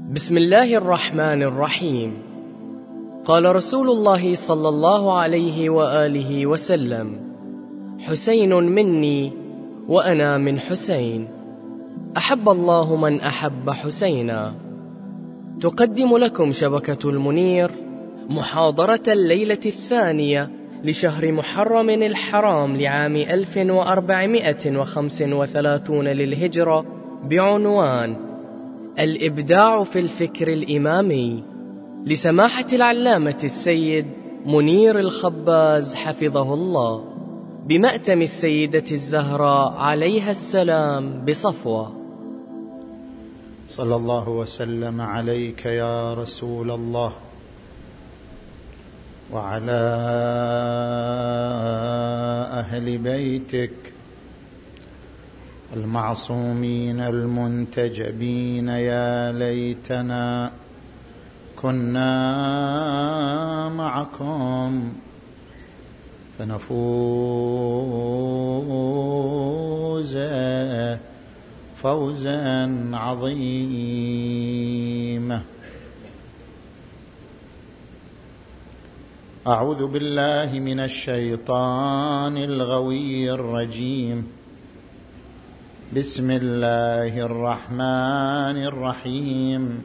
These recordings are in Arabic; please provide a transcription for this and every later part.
بسم الله الرحمن الرحيم. قال رسول الله صلى الله عليه وآله وسلم: حسين مني وأنا من حسين، أحب الله من أحب حسينا. تقدم لكم شبكة المنير محاضرة الليلة الثانية لشهر محرم الحرام لعام 1435 للهجرة بعنوان الإبداع في الفكر الإمامي، لسماحة العلامة السيد منير الخباز حفظه الله، بمأتم السيدة الزهراء عليها السلام بصفوة. صلى الله وسلم عليك يا رسول الله وعلى أهل بيتك المعصومين المنتجبين. يا ليتنا كنا معكم فنفوز فوزا عظيما. أعوذ بالله من الشيطان الغوي الرجيم. بسم الله الرحمن الرحيم.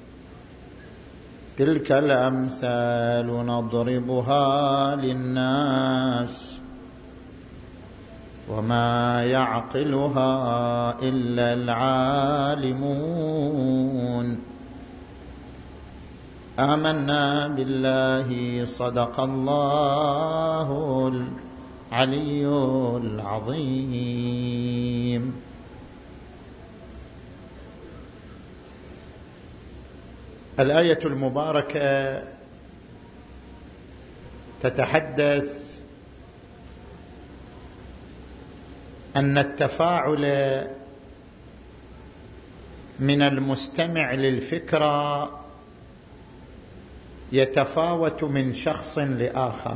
تلك الأمثال نضربها للناس وما يعقلها إلا العالمون. آمنا بالله، صدق الله العلي العظيم. الآية المباركة تتحدث أن التفاعل من المستمع للفكرة يتفاوت من شخص لآخر.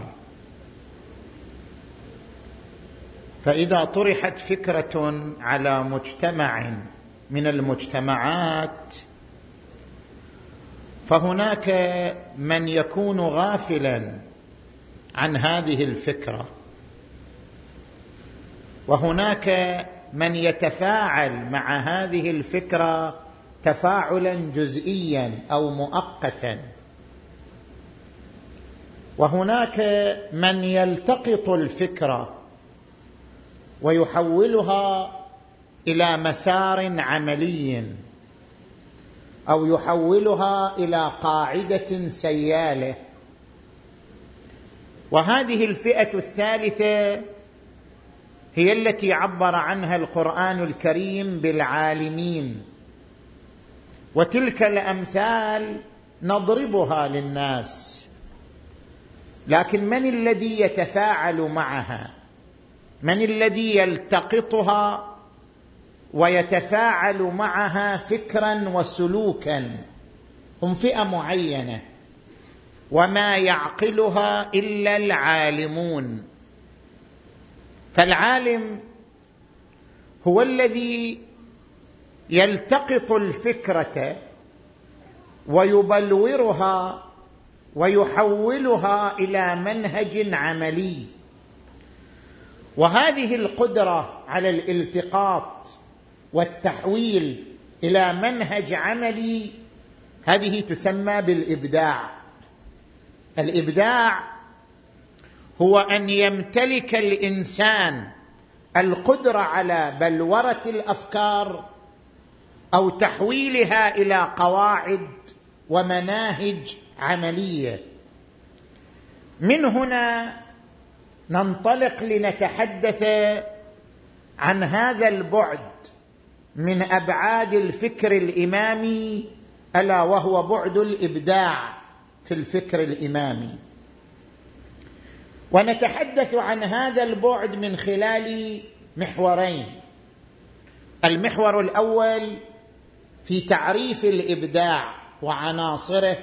فإذا طرحت فكرة على مجتمع من المجتمعات فهناك من يكون غافلا عن هذه الفكرة، وهناك من يتفاعل مع هذه الفكرة تفاعلا جزئيا أو مؤقتا، وهناك من يلتقط الفكرة ويحولها إلى مسار عملي أو يحولها إلى قاعدة سيالة. وهذه الفئة الثالثة هي التي عبر عنها القرآن الكريم بالعالمين. وتلك الأمثال نضربها للناس، لكن من الذي يتفاعل معها؟ من الذي يلتقطها ويتفاعل معها فكرا وسلوكا؟ هم فئة معينة، وما يعقلها إلا العالمون. فالعالم هو الذي يلتقط الفكرة ويبلورها ويحولها إلى منهج عملي. وهذه القدرة على الالتقاط والتحويل إلى منهج عملي هذه تسمى بالإبداع. الإبداع هو أن يمتلك الإنسان القدرة على بلورة الأفكار أو تحويلها إلى قواعد ومناهج عملية. من هنا ننطلق لنتحدث عن هذا البعد من أبعاد الفكر الإمامي، ألا وهو بعد الإبداع في الفكر الإمامي. ونتحدث عن هذا البعد من خلال محورين. المحور الأول في تعريف الإبداع وعناصره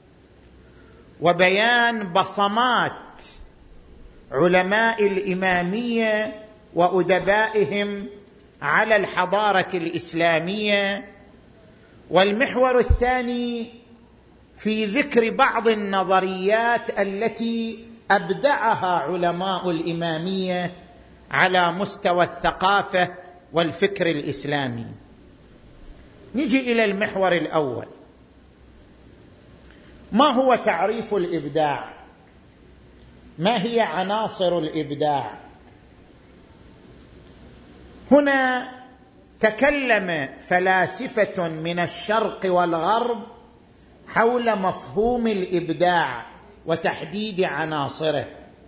وبيان بصمات علماء الإمامية وأدبائهم على الحضارة الإسلامية، والمحور الثاني في ذكر بعض النظريات التي أبدعها علماء الإمامية على مستوى الثقافة والفكر الإسلامي. نجي إلى المحور الأول. ما هو تعريف الإبداع؟ ما هي عناصر الإبداع؟ هنا تكلم فلاسفة من الشرق والغرب حول مفهوم الإبداع وتحديد عناصره،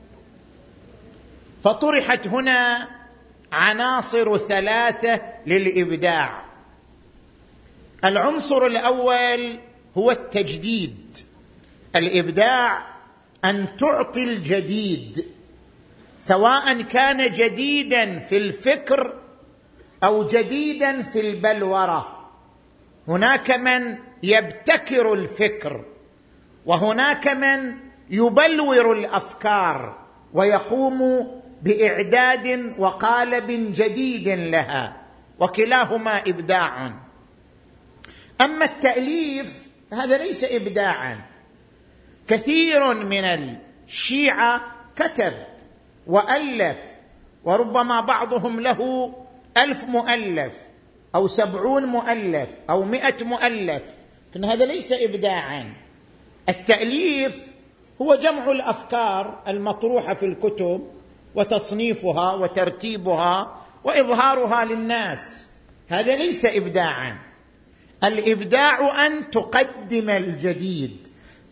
فطرحت هنا عناصر 3 للإبداع. العنصر الأول هو التجديد. الإبداع أن تعطي الجديد، سواء كان جديدا في الفكر أو جديدا في البلورة. هناك من يبتكر الفكر، وهناك من يبلور الأفكار ويقوم بإعداد وقالب جديد لها، وكلاهما إبداع. أما التأليف هذا ليس إبداعا. كثير من الشيعة كتب وألف، وربما بعضهم له 1000 مؤلف أو 70 مؤلف أو 100 مؤلف، لكن هذا ليس إبداعا. التأليف هو جمع الأفكار المطروحة في الكتب وتصنيفها وترتيبها وإظهارها للناس، هذا ليس إبداعا. الإبداع أن تقدم الجديد.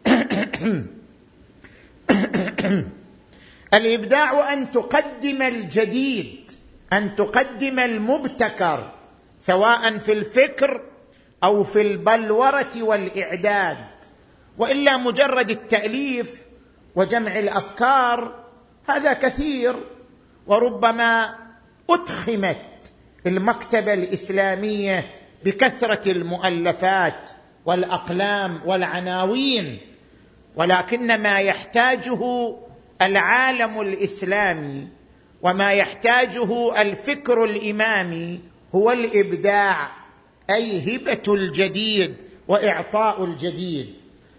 الإبداع أن تقدم الجديد، أن تقدم المبتكر، سواء في الفكر أو في البلورة والإعداد. وإلا مجرد التأليف وجمع الأفكار هذا كثير، وربما أتخمت المكتبة الإسلامية بكثرة المؤلفات والأقلام والعناوين، ولكن ما يحتاجه العالم الإسلامي وما يحتاجه الفكر الإمامي هو الإبداع، أي هبة الجديد وإعطاء الجديد.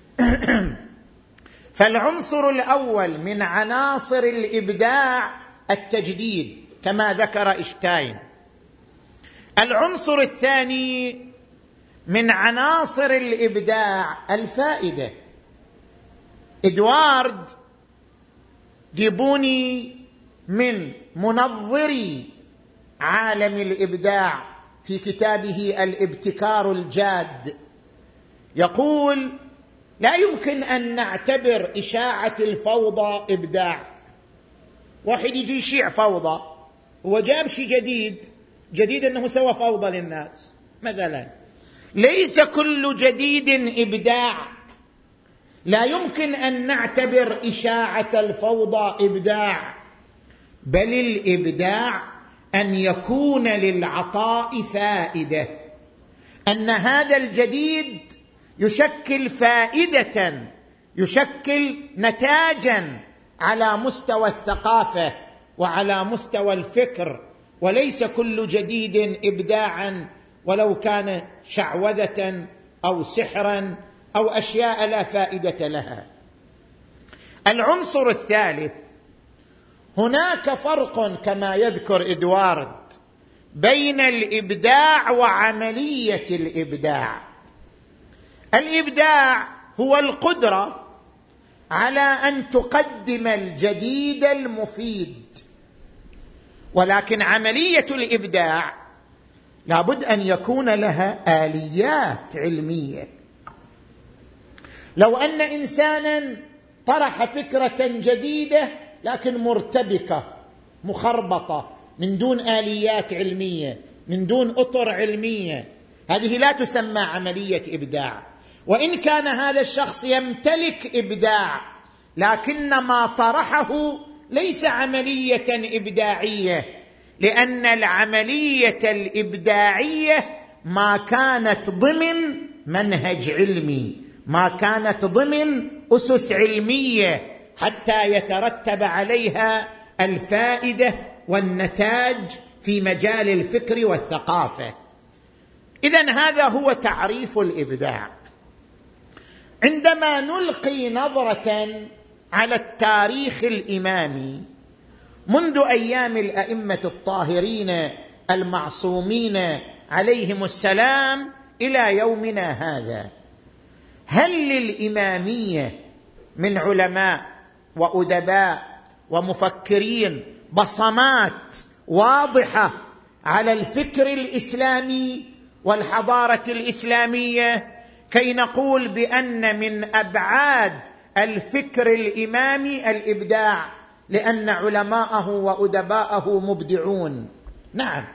فالعنصر الأول من عناصر الإبداع التجديد كما ذكر إينشتاين. العنصر الثاني من عناصر الإبداع الفائدة. إدوارد جيبوني من منظري عالم الإبداع في كتابه الابتكار الجاد يقول: لا يمكن أن نعتبر إشاعة الفوضى إبداع. واحد يجي يشيع فوضى، هو جاب شيء جديد أنه سوى فوضى للناس مثلا. ليس كل جديد إبداع. لا يمكن أن نعتبر إشاعة الفوضى إبداع، بل الإبداع أن يكون للعطاء فائدة، أن هذا الجديد يشكل فائدة، يشكل نتاجا على مستوى الثقافة وعلى مستوى الفكر. وليس كل جديد إبداعا ولو كان شعوذة أو سحرا أو أشياء لا فائدة لها. العنصر الثالث: هناك فرق كما يذكر إدوارد بين الإبداع وعملية الإبداع. الإبداع هو القدرة على أن تقدم الجديد المفيد، ولكن عملية الإبداع لابد أن يكون لها آليات علمية. لو أن إنسانا طرح فكرة جديدة لكن مرتبكة مخربطة من دون آليات علمية، من دون أطر علمية، هذه لا تسمى عملية إبداع. وإن كان هذا الشخص يمتلك إبداع، لكن ما طرحه ليس عملية إبداعية، لأن العملية الإبداعية ما كانت ضمن منهج علمي، ما كانت ضمن أسس علمية حتى يترتب عليها الفائدة والنتاج في مجال الفكر والثقافة. إذن إذن هذا هو تعريف الإبداع. عندما نلقي نظرة على التاريخ الإمامي منذ أيام الأئمة الطاهرين المعصومين عليهم السلام إلى يومنا هذا، هل للإمامية من علماء وأدباء ومفكرين بصمات واضحة على الفكر الإسلامي والحضارة الإسلامية كي نقول بأن من أبعاد الفكر الإمامي الإبداع، لأن علماءه وأدباءه مبدعون؟ نعم،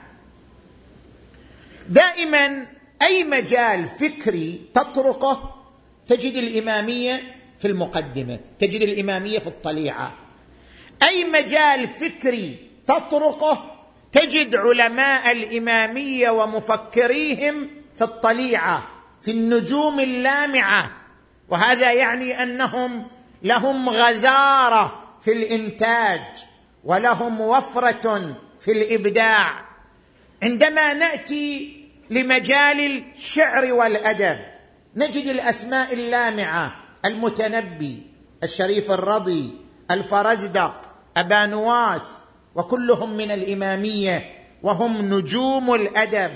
دائما أي مجال فكري تطرقه تجد الإمامية في المقدمة، تجد الإمامية في الطليعة. أي مجال فكري تطرقه تجد علماء الإمامية ومفكريهم في الطليعة، في النجوم اللامعة. وهذا يعني أنهم لهم غزارة في الإنتاج ولهم وفرة في الإبداع. عندما نأتي لمجال الشعر والأدب نجد الأسماء اللامعة: المتنبي، الشريف الرضي، الفرزدق، أبا نواس، وكلهم من الإمامية وهم نجوم الأدب.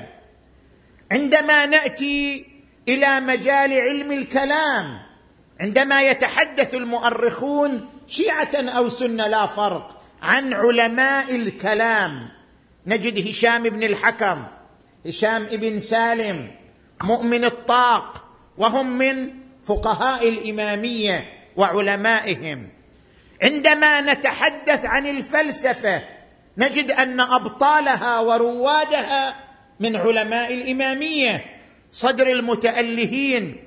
عندما نأتي إلى مجال علم الكلام، عندما يتحدث المؤرخون شيعة أو سنة لا فرق عن علماء الكلام، نجد هشام بن الحكم، هشام بن سالم، مؤمن الطاق، وهم من فقهاء الإمامية وعلمائهم. عندما نتحدث عن الفلسفة نجد أن أبطالها وروادها من علماء الإمامية، صدر المتألهين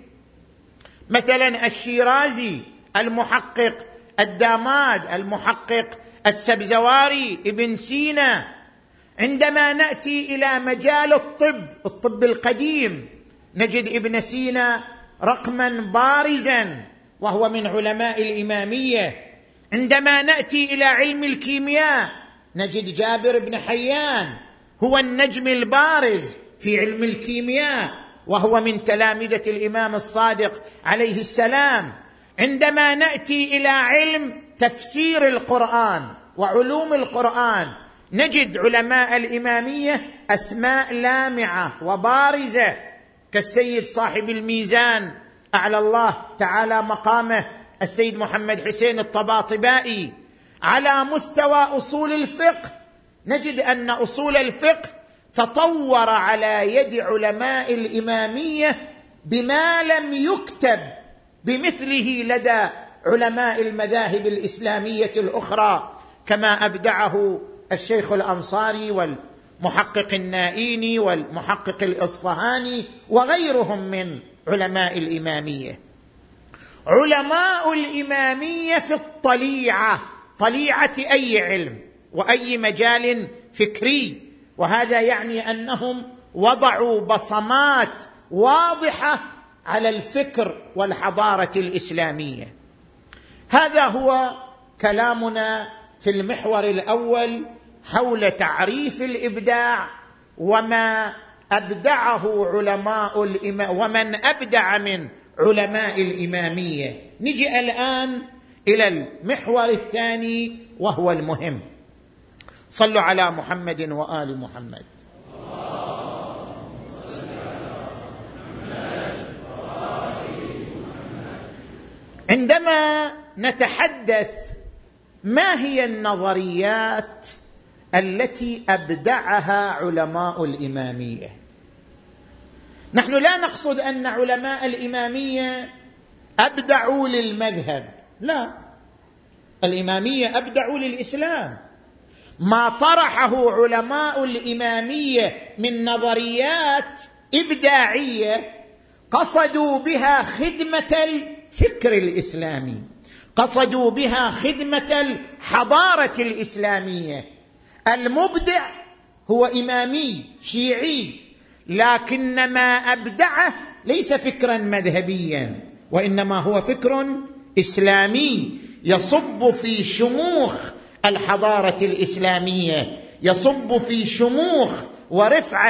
مثلا الشيرازي المحقق، الداماد المحقق، السبزواري، ابن سينا. عندما نأتي إلى مجال الطب القديم نجد ابن سينا رقما بارزا وهو من علماء الإمامية. عندما نأتي إلى علم الكيمياء نجد جابر بن حيان هو النجم البارز في علم الكيمياء وهو من تلامذة الإمام الصادق عليه السلام. عندما نأتي إلى علم تفسير القرآن وعلوم القرآن نجد علماء الإمامية أسماء لامعة وبارزة كالسيد صاحب الميزان أعلى الله تعالى مقامه السيد محمد حسين الطباطبائي. على مستوى أصول الفقه نجد أن أصول الفقه تطور على يد علماء الإمامية بما لم يكتب بمثله لدى علماء المذاهب الإسلامية الأخرى، كما أبدعه الشيخ الأنصاري والمحقق النائيني والمحقق الإصفهاني وغيرهم من علماء الإمامية. علماء الإمامية في الطليعة، طليعة أي علم وأي مجال فكري، وهذا يعني أنهم وضعوا بصمات واضحة على الفكر والحضارة الإسلامية. هذا هو كلامنا في المحور الأول حول تعريف الإبداع وما أبدعه علماء ومن أبدع من علماء الإمامية. نجي الآن إلى المحور الثاني وهو المهم. صلوا على محمد وآل محمد. عندما نتحدث ما هي النظريات التي أبدعها علماء الإمامية، نحن لا نقصد أن علماء الإمامية أبدعوا للمذهب، لا، الإمامية أبدعوا للإسلام. ما طرحه علماء الإمامية من نظريات إبداعية قصدوا بها خدمة الفكر الإسلامي، قصدوا بها خدمة الحضارة الإسلامية. المبدع هو إمامي شيعي، لكن ما أبدعه ليس فكرا مذهبيا، وإنما هو فكر إسلامي يصب في شموخ الحضارة الإسلامية، يصب في شموخ ورفعة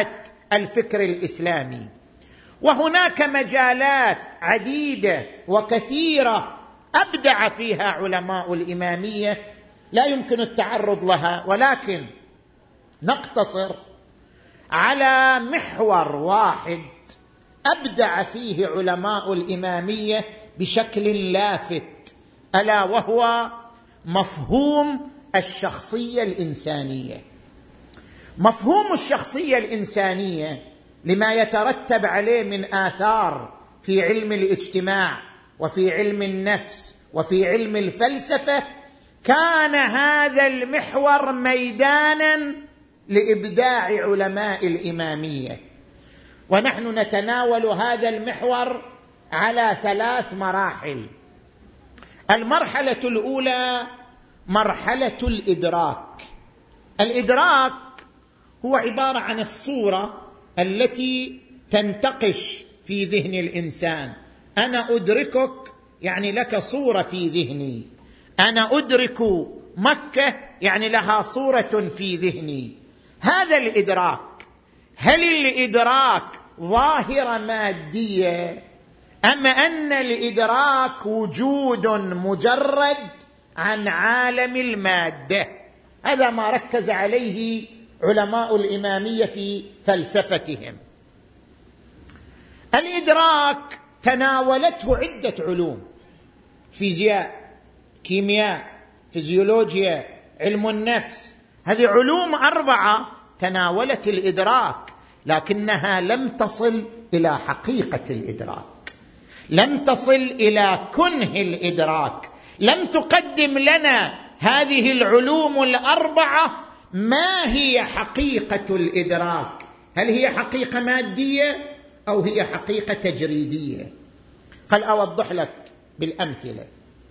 الفكر الإسلامي. وهناك مجالات عديدة وكثيرة أبدع فيها علماء الإمامية لا يمكن التعرض لها، ولكن نقتصر على محور واحد أبدع فيه علماء الإمامية بشكل لافت، ألا وهو مفهوم الشخصية الإنسانية. مفهوم الشخصية الإنسانية لما يترتب عليه من آثار في علم الاجتماع وفي علم النفس وفي علم الفلسفة، كان هذا المحور ميدانا لإبداع علماء الإمامية. ونحن نتناول هذا المحور على 3 مراحل. المرحلة الأولى مرحلة الإدراك. الإدراك هو عبارة عن الصورة التي تنتقش في ذهن الإنسان. أنا أدركك يعني لك صورة في ذهني، أنا أدرك مكة يعني لها صورة في ذهني. هذا الإدراك، هل الإدراك ظاهرة مادية أم أن الإدراك وجود مجرد عن عالم المادة؟ هذا ما ركز عليه علماء الإمامية في فلسفتهم. الإدراك تناولته عدة علوم: فيزياء، كيمياء، فيزيولوجيا، علم النفس. هذه علوم 4 تناولت الإدراك، لكنها لم تصل إلى حقيقة الإدراك، لم تصل إلى كنه الإدراك، لم تقدم لنا هذه العلوم 4 ما هي حقيقة الإدراك. هل هي حقيقة مادية أو هي حقيقة تجريدية؟ قال أوضح لك بالأمثلة.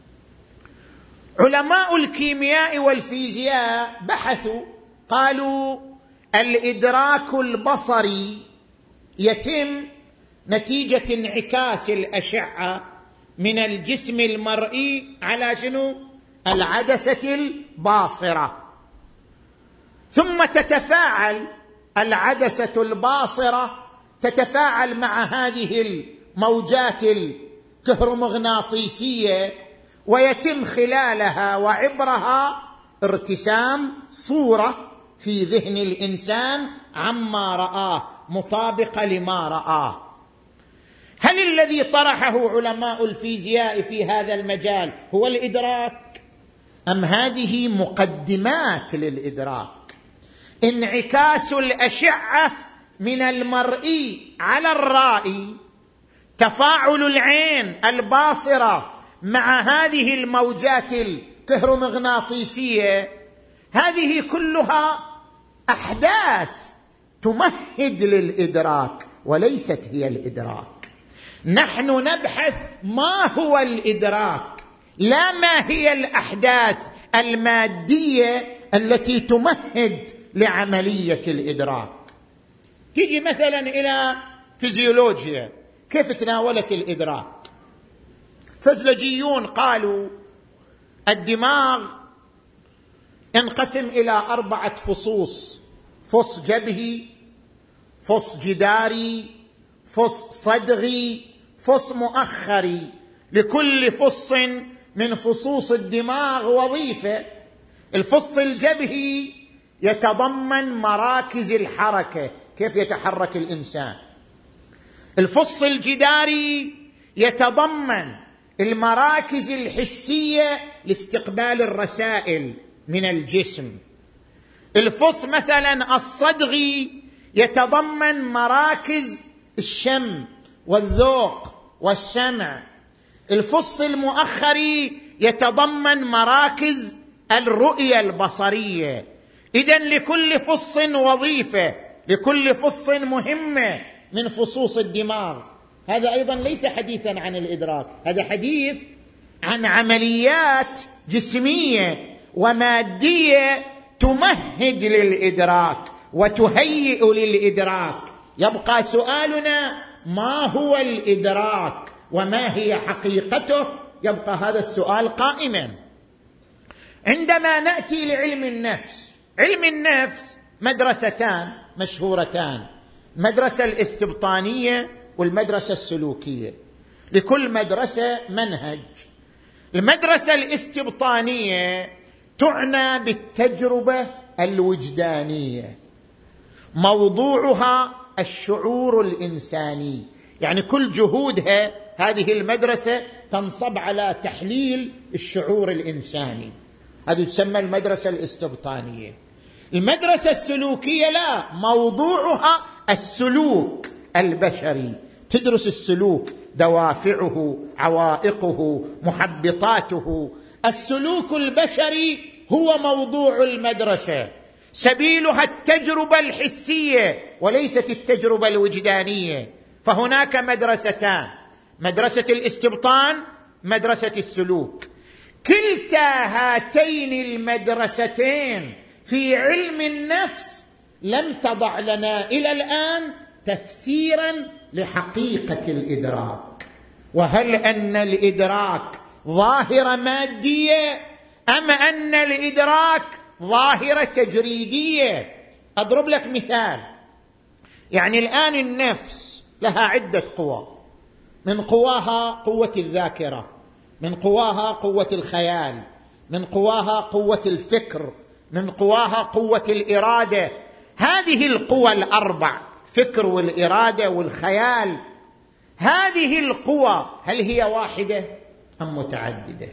علماء الكيمياء والفيزياء بحثوا، قالوا الإدراك البصري يتم نتيجة انعكاس الأشعة من الجسم المرئي على شنو؟ العدسة الباصرة، ثم تتفاعل العدسة الباصرة تتفاعل مع هذه الموجات الكهرومغناطيسية، ويتم خلالها وعبرها ارتسام صورة في ذهن الإنسان عما رآه مطابقة لما رآه. هل الذي طرحه علماء الفيزياء في هذا المجال هو الإدراك، أم هذه مقدمات للإدراك؟ انعكاس الأشعة من المرئي على الرائي، تفاعل العين الباصرة مع هذه الموجات الكهرومغناطيسية، هذه كلها أحداث تمهد للإدراك وليست هي الإدراك. نحن نبحث ما هو الإدراك، لا ما هي الأحداث المادية التي تمهد لعملية الإدراك. تيجي مثلا إلى فيزيولوجيا، كيف تناولت الإدراك؟ فيزيولوجيون قالوا الدماغ ينقسم إلى 4 فصوص: فص جبهي، فص جداري، فص صدغي، فص مؤخري. لكل فص من فصوص الدماغ وظيفة. الفص الجبهي يتضمن مراكز الحركة، كيف يتحرك الإنسان. الفص الجداري يتضمن المراكز الحسية لاستقبال الرسائل من الجسم. الفص مثلا الصدغي يتضمن مراكز الشم والذوق والسمع. الفص المؤخري يتضمن مراكز الرؤية البصرية. إذن لكل فص وظيفة، لكل فص مهمة من فصوص الدماغ. هذا أيضا ليس حديثا عن الإدراك، هذا حديث عن عمليات جسمية ومادية تمهد للإدراك وتهيئ للإدراك. يبقى سؤالنا: ما هو الإدراك وما هي حقيقته؟ يبقى هذا السؤال قائما. عندما نأتي لعلم النفس، علم النفس مدرستان مشهورتان: المدرسة الاستبطانية والمدرسة السلوكية، لكل مدرسة منهج. المدرسة الاستبطانية تعنى بالتجربة الوجدانية، موضوعها الشعور الإنساني، يعني كل جهودها هذه المدرسة تنصب على تحليل الشعور الإنساني، هذه تسمى المدرسة الاستبطانية. المدرسة السلوكية لا، موضوعها السلوك البشري، تدرس السلوك، دوافعه، عوائقه، محبطاته. السلوك البشري هو موضوع المدرسة، سبيلها التجربة الحسية وليست التجربة الوجدانية. فهناك مدرستان، مدرسة الاستبطان، مدرسة السلوك. كلتا هاتين المدرستين في علم النفس لم تضع لنا إلى الآن تفسيرا لحقيقة الإدراك، وهل أن الإدراك ظاهرة مادية أم أن الإدراك ظاهرة تجريدية. أضرب لك مثال، يعني الآن النفس لها عدة قوى، من قواها قوة الذاكرة، من قواها قوة الخيال، من قواها قوة الفكر، من قواها قوة الإرادة. هذه القوى الأربع، فكر والإرادة والخيال، هذه القوى هل هي واحدة أم متعددة؟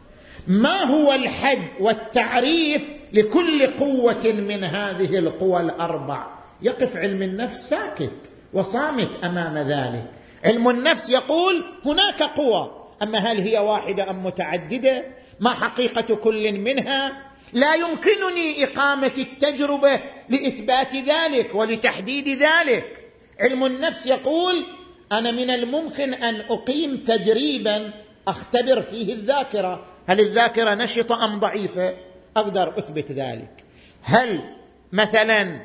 ما هو الحد والتعريف لكل قوة من هذه القوى الأربع؟ يقف علم النفس ساكت وصامت أمام ذلك. علم النفس يقول هناك قوى، أما هل هي واحدة أم متعددة؟ ما حقيقة كل منها؟ لا يمكنني إقامة التجربة لإثبات ذلك ولتحديد ذلك. علم النفس يقول أنا من الممكن أن أقيم تدريبا أختبر فيه الذاكرة، هل الذاكرة نشطة أم ضعيفة؟ أقدر أثبت ذلك. هل مثلا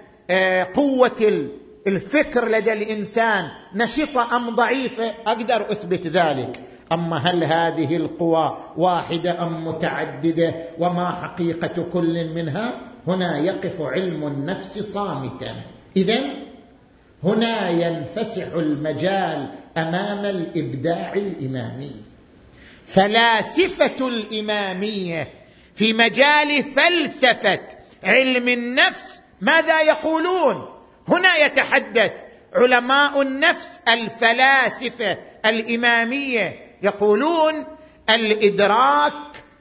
قوة الفكر لدى الإنسان نشطة أم ضعيفة؟ أقدر أثبت ذلك. أما هل هذه القوى واحدة أم متعددة وما حقيقة كل منها؟ هنا يقف علم النفس صامتا. إذن هنا ينفسح المجال أمام الإبداع الإمامي. فلاسفة الإمامية في مجال فلسفة علم النفس ماذا يقولون؟ هنا يتحدث علماء النفس الفلاسفة الإمامية، يقولون الإدراك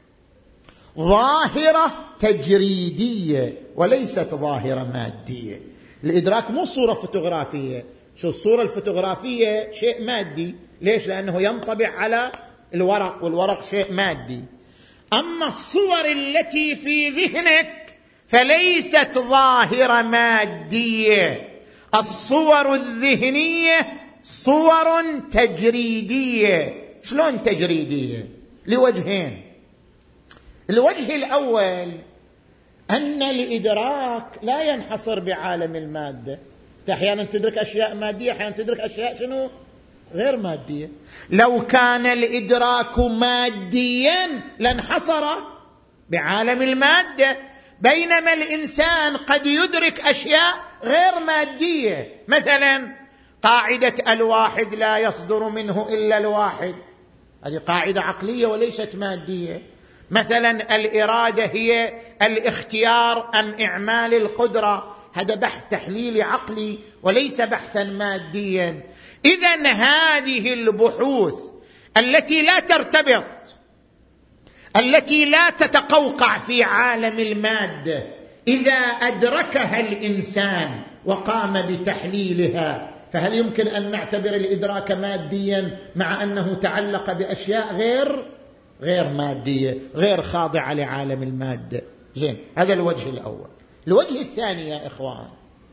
ظاهرة تجريدية وليست ظاهرة مادية. الإدراك مو صورة فوتوغرافية. شو الصورة الفوتوغرافية؟ شيء مادي. ليش؟ لأنه ينطبع على الورق، والورق شيء مادي. أما الصور التي في ذهنك فليست ظاهرة مادية. الصور الذهنية صور تجريدية. شلون تجريدية؟ لوجهين. الوجه الأول أن الإدراك لا ينحصر بعالم المادة. أحيانا تدرك أشياء مادية، أحيانا تدرك أشياء شنو؟ غير مادية. لو كان الإدراك ماديا لانحصر بعالم المادة، بينما الإنسان قد يدرك أشياء غير مادية. مثلا قاعدة الواحد لا يصدر منه إلا الواحد، هذه قاعدة عقلية وليست مادية. مثلا الإرادة هي الاختيار أم إعمال القدرة، هذا بحث تحليلي عقلي وليس بحثا ماديا. إذن هذه البحوث التي لا ترتبط، التي لا تتقوقع في عالم المادة، إذا أدركها الإنسان وقام بتحليلها، فهل يمكن أن نعتبر الإدراك ماديا مع أنه تعلق بأشياء غير مادية، غير خاضعة لعالم المادة؟ زين، هذا الوجه الأول. الوجه الثاني يا إخوان،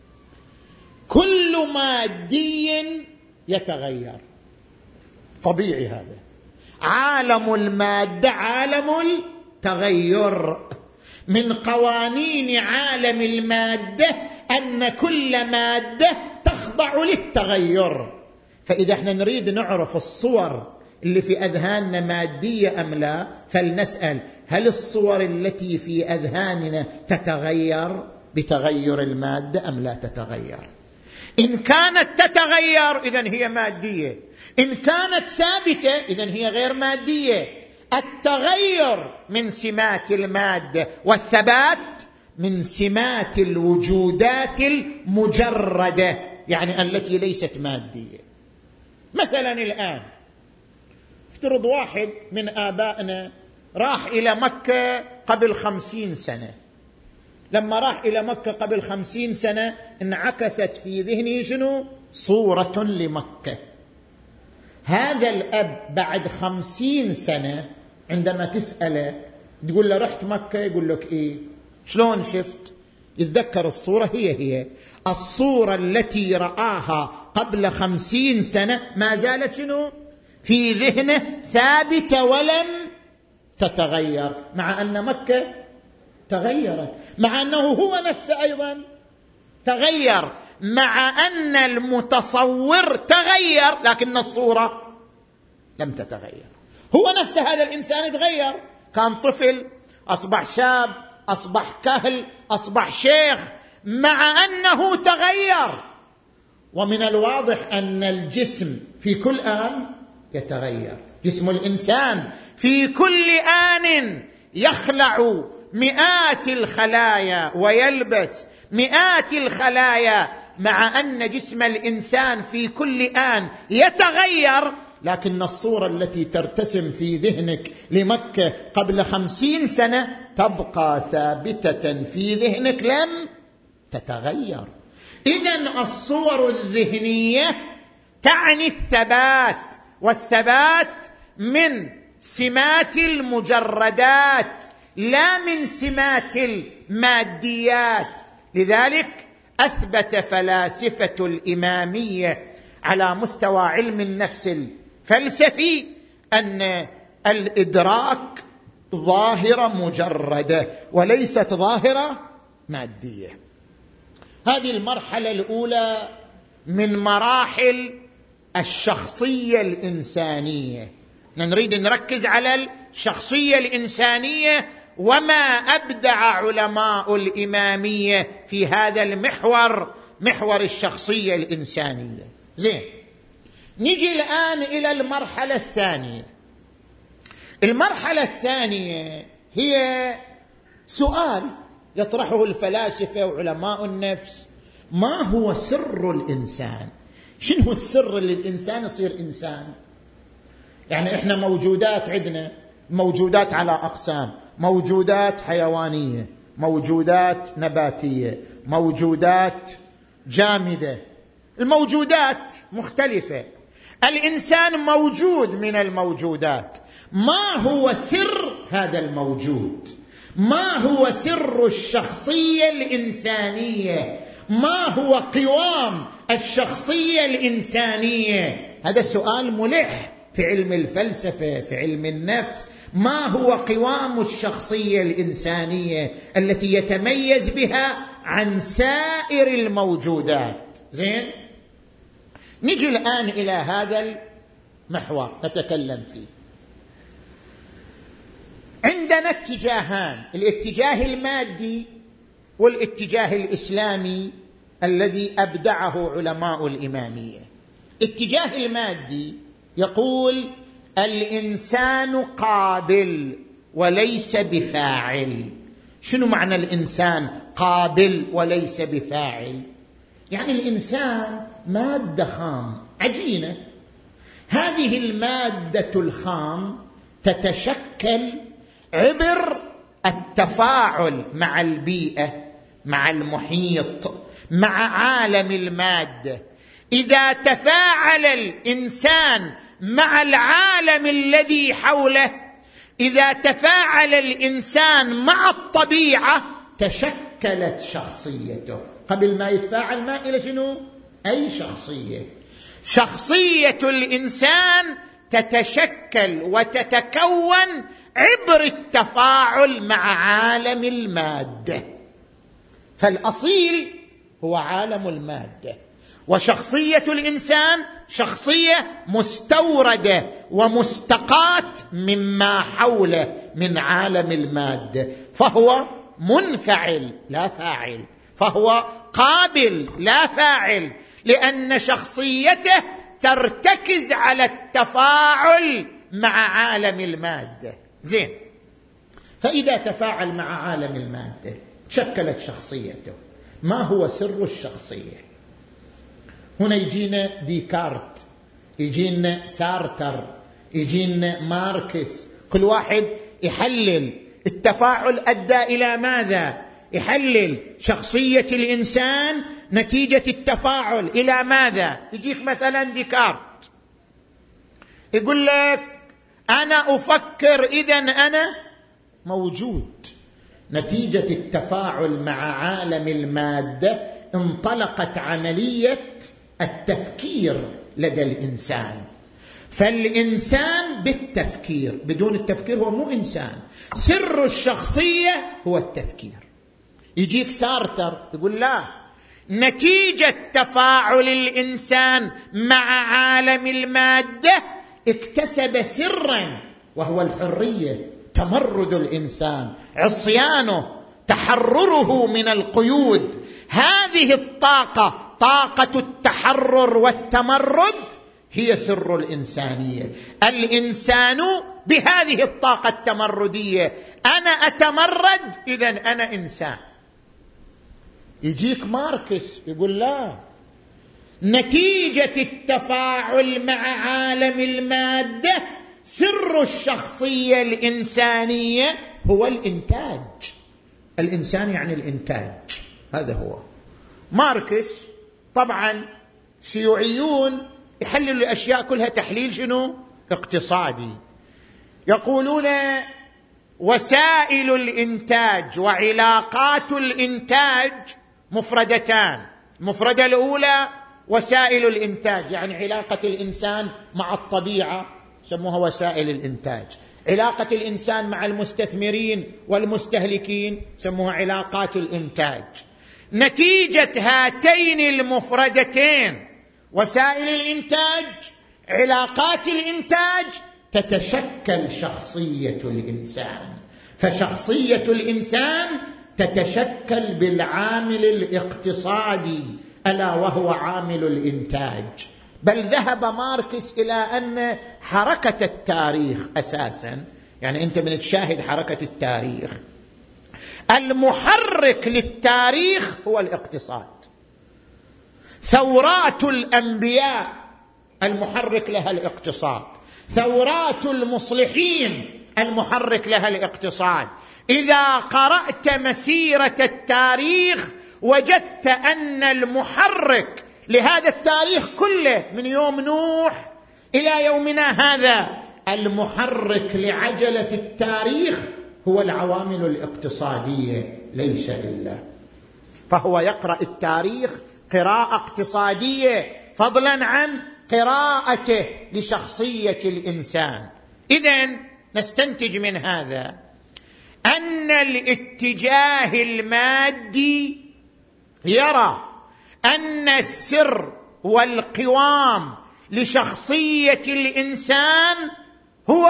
كل مادي يتغير، طبيعي. هذا عالم المادة عالم التغير. من قوانين عالم المادة أن كل مادة تخضع للتغير. فإذا احنا نريد نعرف الصور اللي في أذهاننا مادية أم لا، فلنسأل هل الصور التي في أذهاننا تتغير بتغير المادة أم لا تتغير؟ إن كانت تتغير إذن هي مادية، إن كانت ثابتة إذن هي غير مادية. التغير من سمات المادة، والثبات من سمات الوجودات المجردة، يعني التي ليست مادية. مثلا الآن افترض واحد من آبائنا راح إلى مكة قبل 50 سنة. لما راح إلى مكة قبل 50 سنة انعكست في ذهنه شنو؟ صورة لمكة. هذا الأب بعد 50 سنة عندما تسأله تقول له رحت مكة، يقول لك إيه؟ شلون شفت؟ يتذكر الصورة هي الصورة التي رآها قبل 50 سنة ما زالت شنو؟ في ذهنه ثابتة ولم تتغير، مع أن مكة تغيرت، مع أنه هو نفسه أيضا تغير، مع أن المتصور تغير لكن الصورة لم تتغير. هو نفسه هذا الإنسان تغير، كان طفل أصبح شاب، أصبح كهل، أصبح شيخ، مع أنه تغير. ومن الواضح أن الجسم في كل آن يتغير، جسم الإنسان في كل آن يخلع مئات الخلايا ويلبس مئات الخلايا، مع أن جسم الإنسان في كل آن يتغير، لكن الصورة التي ترتسم في ذهنك لمكة قبل 50 سنة تبقى ثابتة في ذهنك لم تتغير. إذن الصور الذهنية تعني الثبات، والثبات من سمات المجردات لا من سمات الماديات. لذلك أثبت فلاسفة الإمامية على مستوى علم النفس الفلسفي أن الإدراك ظاهرة مجردة وليست ظاهرة مادية. هذه المرحلة الأولى من مراحل الشخصية الإنسانية. نريد نركز على الشخصية الإنسانية وما أبدع علماء الإمامية في هذا المحور، محور الشخصية الإنسانية. زين، نجي الآن إلى المرحلة الثانية. المرحلة الثانية هي سؤال يطرحه الفلاسفة وعلماء النفس: ما هو سر الإنسان؟ شنو هو السر اللي الإنسان يصير إنسان؟ يعني إحنا موجودات، عندنا موجودات على أقسام، موجودات حيوانية، موجودات نباتية، موجودات جامدة، الموجودات مختلفة. الإنسان موجود من الموجودات. ما هو سر هذا الموجود؟ ما هو سر الشخصية الإنسانية؟ ما هو قوام الشخصية الإنسانية؟ هذا سؤال ملح في علم الفلسفة، في علم النفس. ما هو قوام الشخصية الإنسانية التي يتميز بها عن سائر الموجودات؟ زين، نجي الآن إلى هذا المحور نتكلم فيه. عندنا اتجاهان: الاتجاه المادي والاتجاه الإسلامي الذي أبدعه علماء الإمامية. الاتجاه المادي يقول الإنسان قابل وليس بفاعل. شنو معنى الإنسان قابل وليس بفاعل؟ يعني الإنسان مادة خام، عجينة. هذه المادة الخام تتشكل عبر التفاعل مع البيئة، مع المحيط، مع عالم المادة. إذا تفاعل الإنسان مع العالم الذي حوله، إذا تفاعل الإنسان مع الطبيعة، تشكلت شخصيته. قبل ما يتفاعل ما إلى شنو؟ أي شخصية. شخصية الإنسان تتشكل وتتكون عبر التفاعل مع عالم المادة. فالأصيل هو عالم المادة، وشخصية الإنسان شخصية مستوردة ومستقاة مما حوله من عالم المادة. فهو منفعل لا فاعل، فهو قابل لا فاعل، لأن شخصيته ترتكز على التفاعل مع عالم المادة. زين، فإذا تفاعل مع عالم المادة شكلت شخصيته. ما هو سر الشخصية؟ هنا يجينا ديكارت، يجينا سارتر، يجينا ماركس، كل واحد يحلل التفاعل أدى إلى ماذا، يحلل شخصية الإنسان نتيجة التفاعل إلى ماذا. يجيك مثلا ديكارت يقول لك أنا أفكر إذن أنا موجود. نتيجة التفاعل مع عالم المادة انطلقت عملية التفكير لدى الإنسان. فالإنسان بالتفكير، بدون التفكير هو مو إنسان. سر الشخصية هو التفكير. يجيك سارتر يقول لا، نتيجة تفاعل الإنسان مع عالم المادة اكتسب سرا وهو الحرية، تمرد الإنسان، عصيانه، تحرره من القيود. هذه الطاقة، طاقة التحرر والتمرد، هي سر الإنسانية. الإنسان بهذه الطاقة التمردية، أنا أتمرد إذن أنا إنسان. يجيك ماركس يقول لا، نتيجة التفاعل مع عالم المادة سر الشخصية الإنسانية هو الإنتاج. الإنسان يعني الإنتاج، هذا هو. ماركس طبعا شيوعيون يحللوا الأشياء كلها تحليل شنو؟ اقتصادي. يقولون وسائل الإنتاج وعلاقات الإنتاج مفردتان. المفردة الأولى وسائل الإنتاج، يعني علاقة الإنسان مع الطبيعة سموها وسائل الإنتاج. علاقة الإنسان مع المستثمرين والمستهلكين سموها علاقات الإنتاج. نتيجة هاتين المفردتين وسائل الإنتاج، علاقات الإنتاج، تتشكل شخصية الإنسان. فشخصية الإنسان تتشكل بالعامل الاقتصادي ألا وهو عامل الإنتاج. بل ذهب ماركس إلى أن حركة التاريخ أساسا، يعني أنت من تشاهد حركة التاريخ، المحرك للتاريخ هو الاقتصاد. ثورات الأنبياء المحرك لها الاقتصاد، ثورات المصلحين المحرك لها الاقتصاد. إذا قرأت مسيرة التاريخ وجدت أن المحرك لهذا التاريخ كله من يوم نوح إلى يومنا هذا، المحرك لعجلة التاريخ هو العوامل الاقتصادية ليس إلا. فهو يقرأ التاريخ قراءة اقتصادية فضلا عن قراءته لشخصية الإنسان. إذن نستنتج من هذا أن الاتجاه المادي يرى أن السر والقوام لشخصية الإنسان هو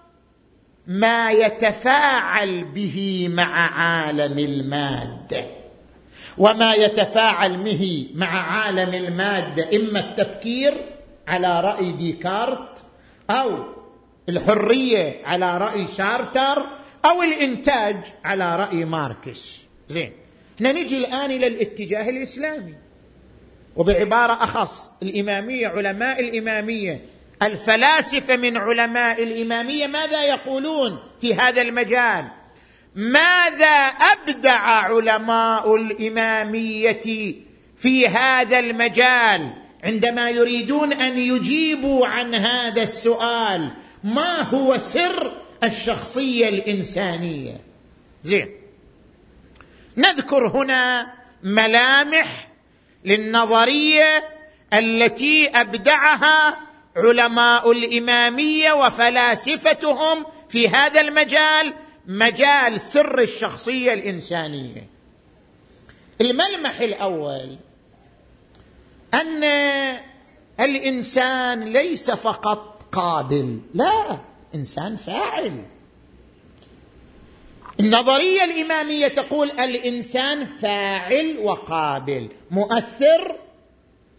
ما يتفاعل به مع عالم المادة. وما يتفاعل به مع عالم المادة إما التفكير على رأي ديكارت، أو الحرية على رأي سارتر، أو الإنتاج على رأي ماركس. زين، احنا نجي الآن إلى الاتجاه الإسلامي، وبعبارة أخص الإمامية، علماء الإمامية، الفلاسفة من علماء الإمامية ماذا يقولون في هذا المجال؟ ماذا أبدع علماء الإمامية في هذا المجال عندما يريدون أن يجيبوا عن هذا السؤال؟ ما هو سر الشخصية الإنسانية؟ زين، نذكر هنا ملامح للنظرية التي أبدعها علماء الإمامية وفلاسفتهم في هذا المجال، مجال سر الشخصية الإنسانية. الملمح الأول أن الإنسان ليس فقط قابل، لا، إنسان فاعل. النظرية الإمامية تقول الإنسان فاعل وقابل، مؤثر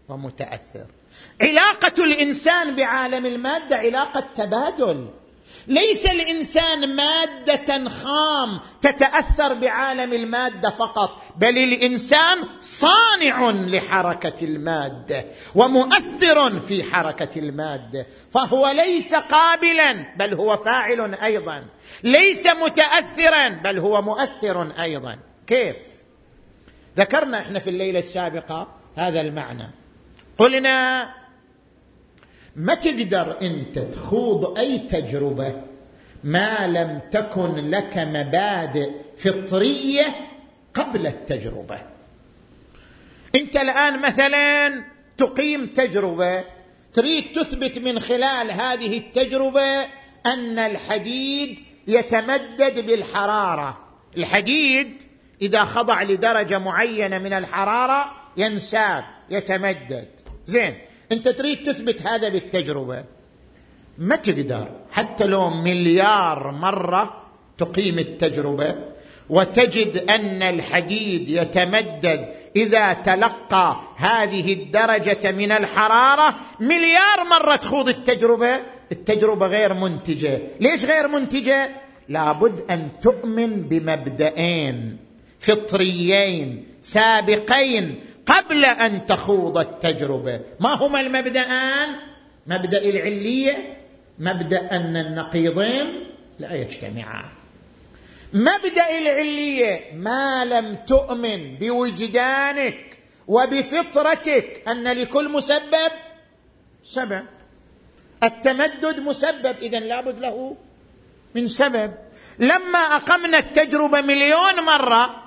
ومتأثر. علاقة الإنسان بعالم المادة علاقة تبادل، ليس الإنسان مادة خام تتأثر بعالم المادة فقط، بل الإنسان صانع لحركة المادة ومؤثر في حركة المادة، فهو ليس قابلا بل هو فاعل أيضا، ليس متأثرا بل هو مؤثر أيضا. كيف؟ ذكرنا احنا في الليلة السابقة هذا المعنى، قلنا ما تقدر أنت تخوض أي تجربة ما لم تكن لك مبادئ فطرية قبل التجربة. أنت الآن مثلا تقيم تجربة، تريد تثبت من خلال هذه التجربة أن الحديد يتمدد بالحرارة. الحديد إذا خضع لدرجة معينة من الحرارة ينساب يتمدد. زين، أنت تريد تثبت هذا بالتجربة، ما تقدر حتى لو مليار مرة تقيم التجربة وتجد أن الحديد يتمدد إذا تلقى هذه الدرجة من الحرارة. مليار مرة تخوض التجربة غير منتجة. ليش غير منتجة؟ لابد أن تؤمن بمبدئين فطريين سابقين قبل أن تخوض التجربة. ما هما المبدأان؟ مبدأ العلية، مبدأ أن النقيضين لا يجتمعان. مبدأ العلية، ما لم تؤمن بوجدانك وبفطرتك أن لكل مسبب سبب. التمدد مسبب، إذن لابد له من سبب. لما أقمنا التجربة مليون مرة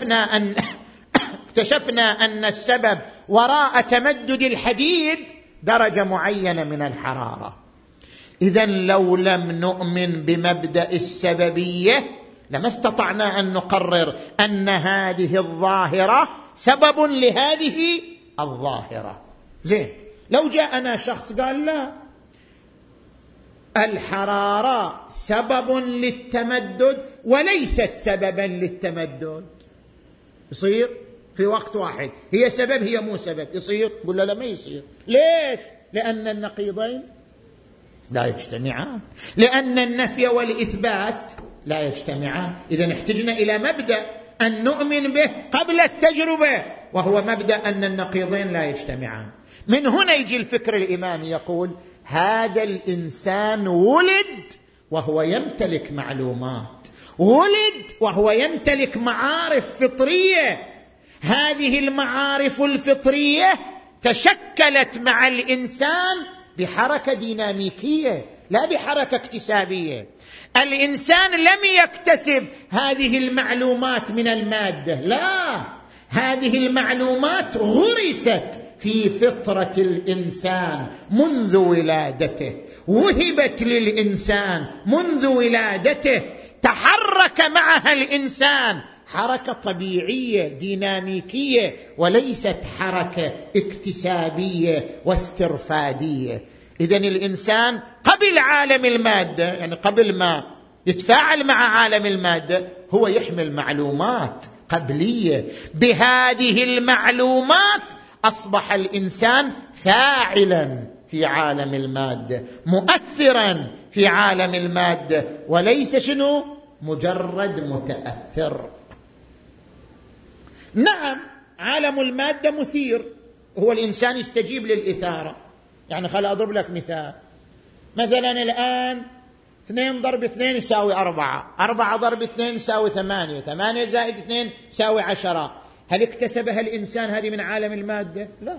اكتشفنا أن السبب وراء تمدد الحديد درجة معينة من الحرارة. إذن لو لم نؤمن بمبدأ السببية لما استطعنا أن نقرر أن هذه الظاهرة سبب لهذه الظاهرة. زين، لو جاءنا شخص قال لا، الحرارة سبب للتمدد وليست سببا للتمدد، يصير في وقت واحد هي سبب هي مو سبب، يصير؟ قل لا ما يصير. ليش؟ لأن النقيضين لا يجتمعان، لأن النفي والإثبات لا يجتمعان. إذن احتجنا إلى مبدأ أن نؤمن به قبل التجربة، وهو مبدأ أن النقيضين لا يجتمعان. من هنا يجي الفكر الإمامي يقول هذا الإنسان ولد وهو يمتلك معلومات، ولد وهو يمتلك معارف فطرية. هذه المعارف الفطرية تشكلت مع الإنسان بحركة ديناميكية لا بحركة اكتسابية. الإنسان لم يكتسب هذه المعلومات من المادة، لا، هذه المعلومات غرست في فطرة الإنسان منذ ولادته، وهبت للإنسان منذ ولادته، تحرك معها الإنسان حركة طبيعية ديناميكية وليست حركة اكتسابية واسترفادية. إذن الإنسان قبل عالم المادة، يعني قبل ما يتفاعل مع عالم المادة، هو يحمل معلومات قبلية. بهذه المعلومات أصبح الإنسان فاعلا في عالم المادة، مؤثرا في عالم المادة، وليس شنو؟ مجرد متأثر. نعم، عالم المادة مثير، هو الإنسان يستجيب للإثارة. يعني خل أضرب لك مثال. مثلا الآن 2 ضرب 2 يساوي 4، 4 ضرب 2 يساوي 8، 8 زائد 2 يساوي 10. هل اكتسبها الإنسان هذه من عالم المادة؟ لا.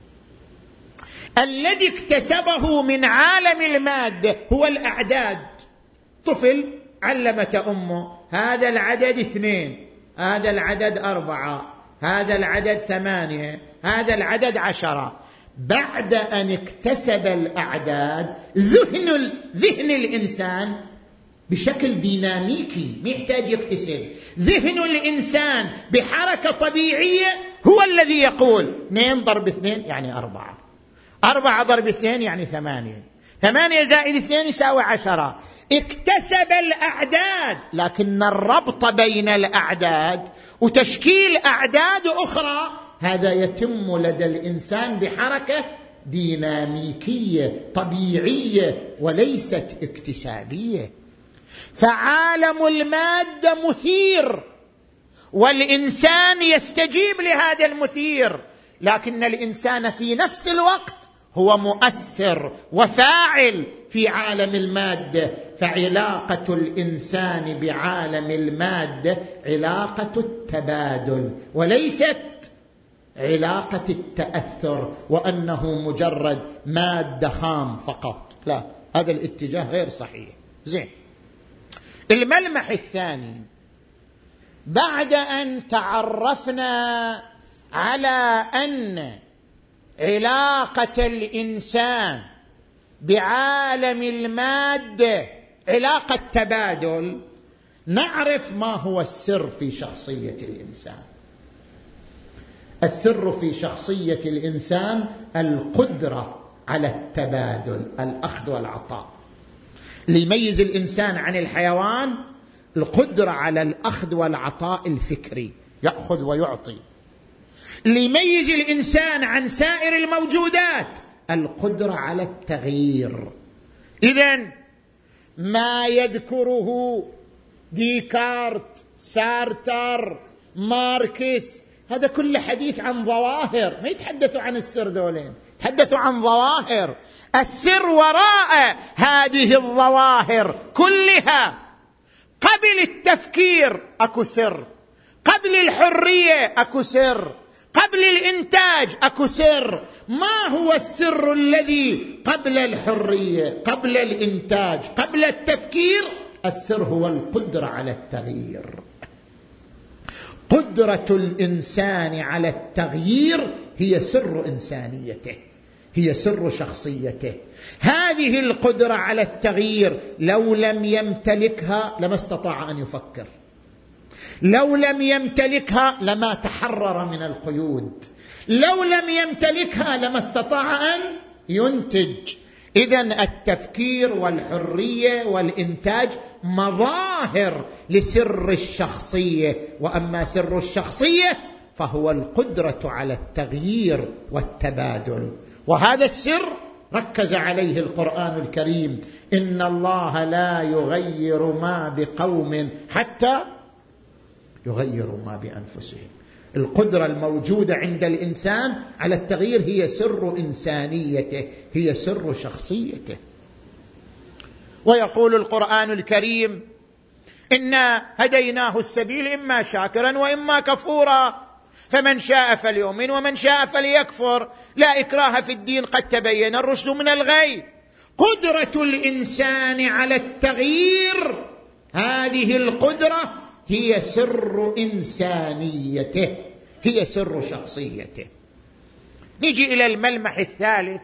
الذي اكتسبه من عالم المادة هو الأعداد. طفل علمت أمه هذا العدد 2، هذا العدد 4، هذا العدد 8، هذا العدد 10. بعد أن اكتسب الأعداد، ذهن الإنسان بشكل ديناميكي، ما يحتاج يكتسب. ذهن الإنسان بحركة طبيعية هو الذي يقول 2 ضرب 2 يعني 4، 4 ضرب 2 يعني 8، 8 زائد 2 يساوي 10. اكتسب الأعداد، لكن الربط بين الأعداد وتشكيل أعداد أخرى هذا يتم لدى الإنسان بحركة ديناميكية طبيعية وليست اكتسابية. فعالم المادة مثير والإنسان يستجيب لهذا المثير، لكن الإنسان في نفس الوقت هو مؤثر وفاعل في عالم المادة. فعلاقة الإنسان بعالم المادة علاقة التبادل وليست علاقة التأثر، وأنه مجرد مادة خام فقط. لا، هذا الاتجاه غير صحيح. زين، الملمح الثاني، بعد أن تعرفنا على أن علاقة الإنسان بعالم المادة علاقة تبادل، نعرف ما هو السر في شخصية الإنسان. السر في شخصية الإنسان القدرة على التبادل، الأخذ والعطاء. اللي يميز الإنسان عن الحيوان القدرة على الأخذ والعطاء الفكري، يأخذ ويعطي. اللي يميز الإنسان عن سائر الموجودات القدرة على التغيير. إذن ما يذكره ديكارت، سارتر، ماركس، هذا كل حديث عن ظواهر، ما يتحدثوا عن السر دولين، يتحدثوا عن ظواهر. السر وراء هذه الظواهر كلها. قبل التفكير أكو سر، قبل الحرية أكو سر، قبل الإنتاج أكو سر. ما هو السر الذي قبل الحرية، قبل الإنتاج، قبل التفكير؟ السر هو القدرة على التغيير. قدرة الإنسان على التغيير هي سر إنسانيته، هي سر شخصيته. هذه القدرة على التغيير لو لم يمتلكها لما استطاع أن يفكر، لو لم يمتلكها لما تحرر من القيود، لو لم يمتلكها لما استطاع أن ينتج. إذن التفكير والحرية والإنتاج مظاهر لسر الشخصية، وأما سر الشخصية فهو القدرة على التغيير والتبادل. وهذا السر ركز عليه القرآن الكريم: إن الله لا يغير ما بقوم حتى يغيروا ما بأنفسهم. القدرة الموجودة عند الإنسان على التغيير هي سر إنسانيته، هي سر شخصيته. ويقول القرآن الكريم: إنا هديناه السبيل إما شاكرا وإما كفورا فمن شاء فليؤمن ومن شاء فليكفر لا إكراه في الدين قد تبين الرشد من الغي. قدرة الإنسان على التغيير، هذه القدرة هي سر إنسانيته، هي سر شخصيته. نيجي إلى الملمح الثالث.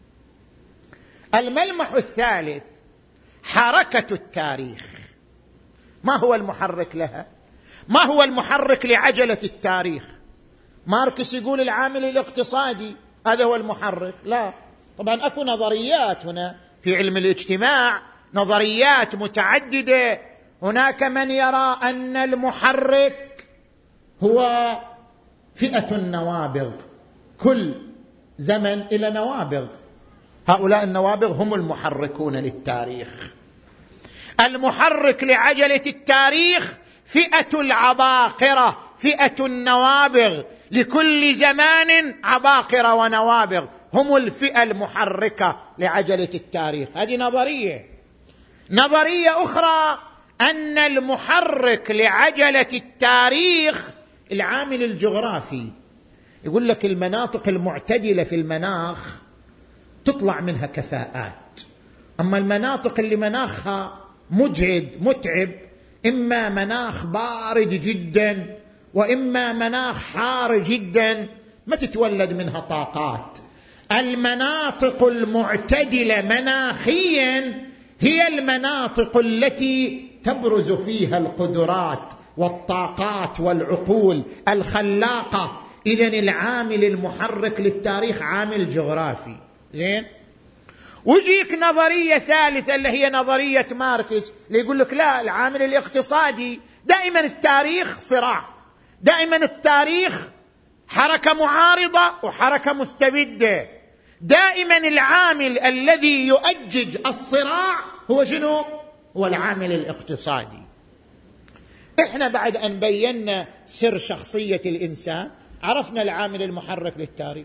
الملمح الثالث حركة التاريخ. ما هو المحرك لها؟ ما هو المحرك لعجلة التاريخ؟ ماركس يقول العامل الاقتصادي هذا هو المحرك. لا، طبعا أكو نظريات هنا في علم الاجتماع، نظريات متعددة. هناك من يرى أن المحرك هو فئة النوابغ، كل زمن إلى نوابغ، هؤلاء النوابغ هم المحركون للتاريخ. المحرك لعجلة التاريخ فئة العباقرة، فئة النوابغ، لكل زمان عباقرة ونوابغ، هم الفئة المحركة لعجلة التاريخ. هذه نظرية. نظرية أخرى أن المحرك لعجلة التاريخ العامل الجغرافي. يقول لك المناطق المعتدلة في المناخ تطلع منها كفاءات، أما المناطق اللي مناخها مجهد متعب، إما مناخ بارد جدا وإما مناخ حار جدا، ما تتولد منها طاقات. المناطق المعتدلة مناخيا هي المناطق التي تبرز فيها القدرات والطاقات والعقول الخلاقة. إذن العامل المحرك للتاريخ عامل جغرافي. زين، ويجيك نظرية ثالثة اللي هي نظرية ماركس، اللي يقول لك لا، العامل الاقتصادي. دائما التاريخ صراع، دائما التاريخ حركة معارضة وحركة مستبدة. دائما العامل الذي يؤجج الصراع هو شنو؟ هو العامل الاقتصادي. احنا بعد أن بينا سر شخصية الإنسان عرفنا العامل المحرك للتاريخ.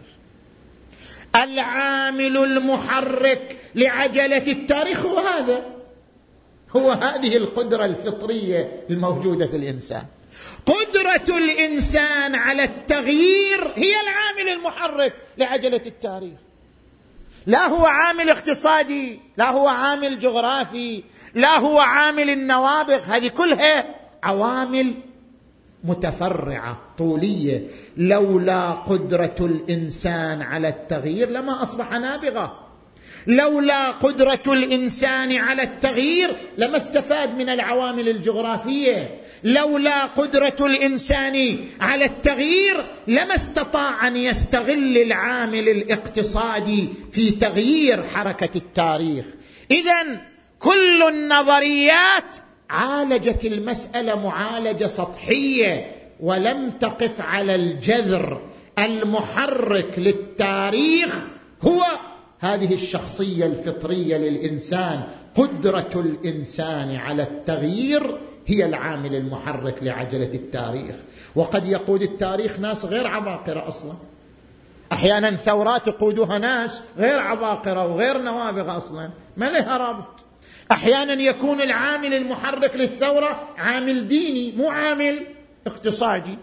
العامل المحرك لعجلة التاريخ هو هذا، هو هذه القدرة الفطرية الموجودة في الإنسان. قدرة الإنسان على التغيير هي العامل المحرك لعجلة التاريخ. لا هو عامل اقتصادي، لا هو عامل جغرافي، لا هو عامل النوابغ، هذه كلها عوامل متفرعة طولية. لولا قدرة الإنسان على التغيير لما أصبح نابغة. لولا قدرة الإنسان على التغيير لما استفاد من العوامل الجغرافية. لولا قدرة الإنسان على التغيير لما استطاع أن يستغل العامل الاقتصادي في تغيير حركة التاريخ. إذن كل النظريات عالجت المسألة معالجة سطحية ولم تقف على الجذر. المحرك للتاريخ هو هذه الشخصية الفطرية للإنسان. قدرة الإنسان على التغيير هي العامل المحرك لعجلة التاريخ. وقد يقود التاريخ ناس غير عباقرة أصلا. أحيانا ثورات يقودها ناس غير عباقرة وغير نوابغ أصلا، ما لها رابط. أحيانا يكون العامل المحرك للثورة عامل ديني مو عامل اقتصادي.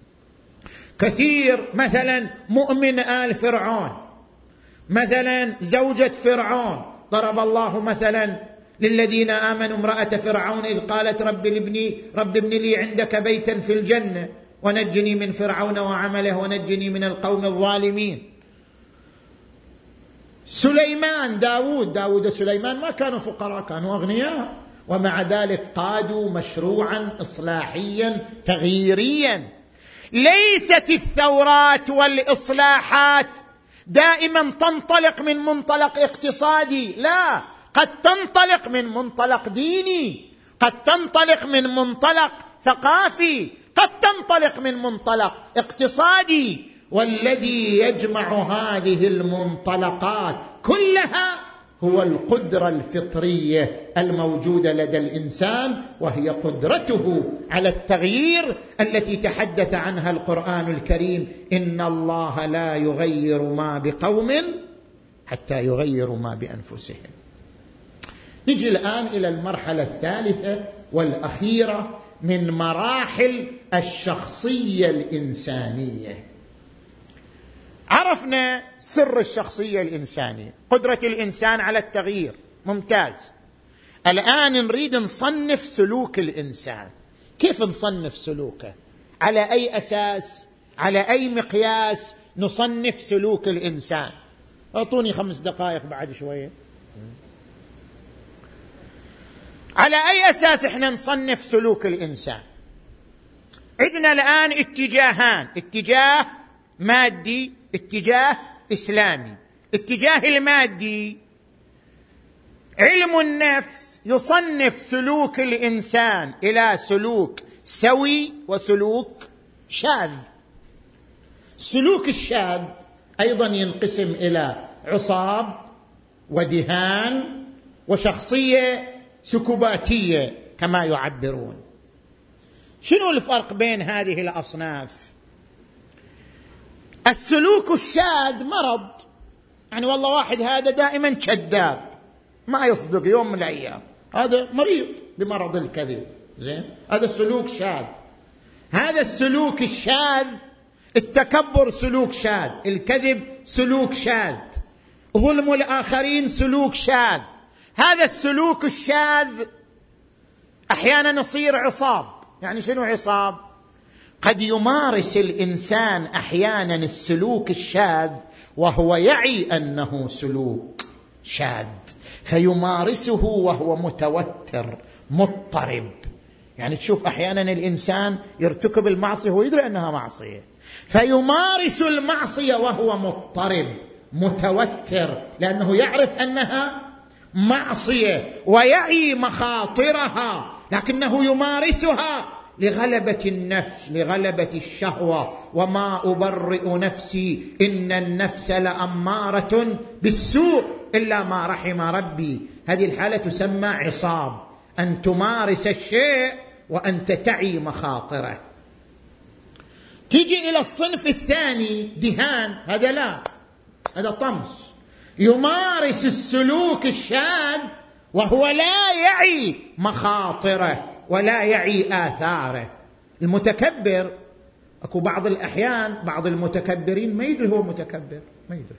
كثير مثلا مؤمن آل فرعون، مثلا زوجة فرعون، ضرب الله مثلا للذين آمنوا امرأة فرعون إذ قالت رب ابن لي عندك بيتا في الجنة ونجني من فرعون وعمله ونجني من القوم الظالمين. سليمان، داود سليمان ما كانوا فقراء، كانوا أغنياء، ومع ذلك قادوا مشروعا إصلاحيا تغييريا. ليست الثورات والإصلاحات دائما تنطلق من منطلق اقتصادي، لا، قد تنطلق من منطلق ديني، قد تنطلق من منطلق ثقافي، قد تنطلق من منطلق اقتصادي. والذي يجمع هذه المنطلقات كلها هو القدرة الفطرية الموجودة لدى الإنسان، وهي قدرته على التغيير التي تحدث عنها القرآن الكريم: إن الله لا يغير ما بقوم حتى يغيروا ما بأنفسهم. نجي الآن إلى المرحلة الثالثة والأخيرة من مراحل الشخصية الإنسانية. عرفنا سر الشخصية الإنسانية، قدرة الإنسان على التغيير، ممتاز. الآن نريد نصنف سلوك الإنسان. كيف نصنف سلوكه؟ على أي أساس؟ على أي مقياس نصنف سلوك الإنسان؟ أعطوني 5 دقائق بعد شوية. على أي أساس إحنا نصنف سلوك الإنسان؟ عندنا الآن اتجاهان: اتجاه مادي، اتجاه إسلامي. اتجاه المادي، علم النفس يصنف سلوك الإنسان إلى سلوك سوي وسلوك شاذ. السلوك الشاذ أيضا ينقسم إلى عصاب ودهان وشخصية سكوباتية كما يعبرون. شنو الفرق بين هذه الأصناف؟ السلوك الشاذ مرض، يعني والله واحد هذا دائما كذاب، ما يصدق يوم من الأيام، هذا مريض بمرض الكذب، زين، هذا سلوك شاذ. هذا السلوك الشاذ، التكبر سلوك شاذ، الكذب سلوك شاذ، ظلم الآخرين سلوك شاذ. هذا السلوك الشاذ أحيانا يصير عصاب. يعني شنو عصاب؟ قد يمارس الإنسان أحيانا السلوك الشاذ وهو يعي أنه سلوك شاذ، فيمارسه وهو متوتر مضطرب. يعني تشوف أحيانا الإنسان يرتكب المعصية وهو يدري أنها معصية، فيمارس المعصية وهو مضطرب متوتر، لأنه يعرف أنها معصية ويعي مخاطرها، لكنه يمارسها لغلبة النفس، لغلبة الشهوة. وما أبرئ نفسي إن النفس لأمارة بالسوء إلا ما رحم ربي. هذه الحالة تسمى عصاب، أن تمارس الشيء وأنت تعي مخاطره. تيجي إلى الصنف الثاني دهان، هذا لا، هذا طمس، يمارس السلوك الشاذ وهو لا يعي مخاطره ولا يعي آثاره. المتكبر، أكو بعض الأحيان بعض المتكبرين ما يدري هو متكبر، ما يدري.